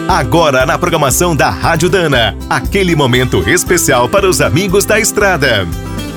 Agora na programação da Rádio Dana, aquele momento especial para os amigos da estrada.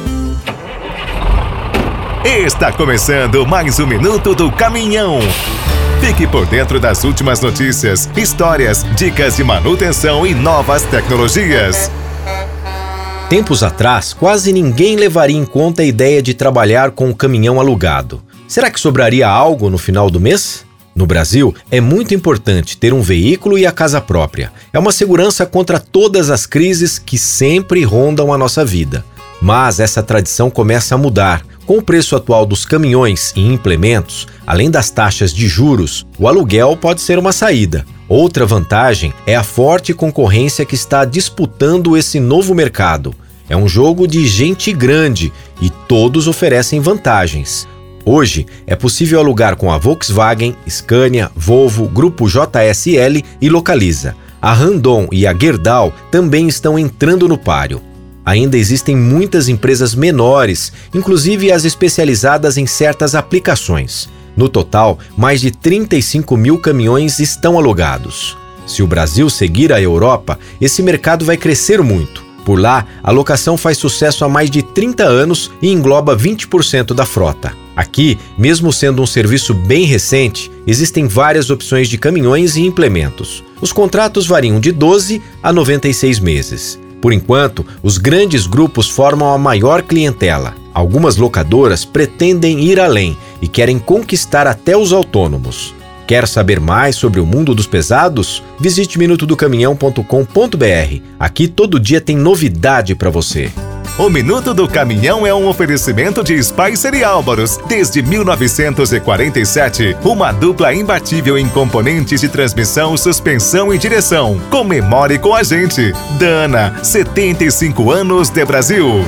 Está começando mais um Minuto do Caminhão. Fique por dentro das últimas notícias, histórias, dicas de manutenção e novas tecnologias. Tempos atrás, quase ninguém levaria em conta a ideia de trabalhar com um caminhão alugado. Será que sobraria algo no final do mês? No Brasil, é muito importante ter um veículo e a casa própria. É uma segurança contra todas as crises que sempre rondam a nossa vida. Mas essa tradição começa a mudar. Com o preço atual dos caminhões e implementos, além das taxas de juros, o aluguel pode ser uma saída. Outra vantagem é a forte concorrência que está disputando esse novo mercado. É um jogo de gente grande e todos oferecem vantagens. Hoje, é possível alugar com a Volkswagen, Scania, Volvo, Grupo JSL e Localiza. A Randon e a Gerdau também estão entrando no páreo. Ainda existem muitas empresas menores, inclusive as especializadas em certas aplicações. No total, mais de 35 mil caminhões estão alugados. Se o Brasil seguir a Europa, esse mercado vai crescer muito. Por lá, a locação faz sucesso há mais de 30 anos e engloba 20% da frota. Aqui, mesmo sendo um serviço bem recente, existem várias opções de caminhões e implementos. Os contratos variam de 12 a 96 meses. Por enquanto, os grandes grupos formam a maior clientela. Algumas locadoras pretendem ir além e querem conquistar até os autônomos. Quer saber mais sobre o mundo dos pesados? Visite minutodocaminhão.com.br. Aqui todo dia tem novidade para você. O Minuto do Caminhão é um oferecimento de Spicer e Álvaros. Desde 1947, uma dupla imbatível em componentes de transmissão, suspensão e direção. Comemore com a gente. Dana, 75 anos de Brasil.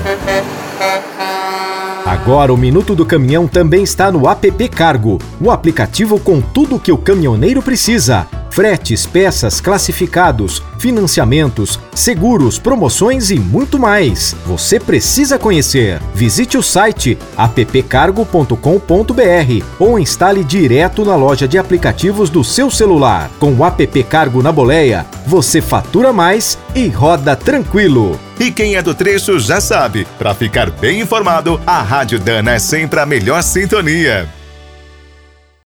Agora o Minuto do Caminhão também está no app Cargo, o aplicativo com tudo o que o caminhoneiro precisa. Fretes, peças, classificados, financiamentos, seguros, promoções e muito mais. Você precisa conhecer. Visite o site appcargo.com.br ou instale direto na loja de aplicativos do seu celular. Com o app Cargo na boleia, você fatura mais e roda tranquilo. E quem é do trecho já sabe, para ficar bem informado, a Rádio Dana é sempre a melhor sintonia.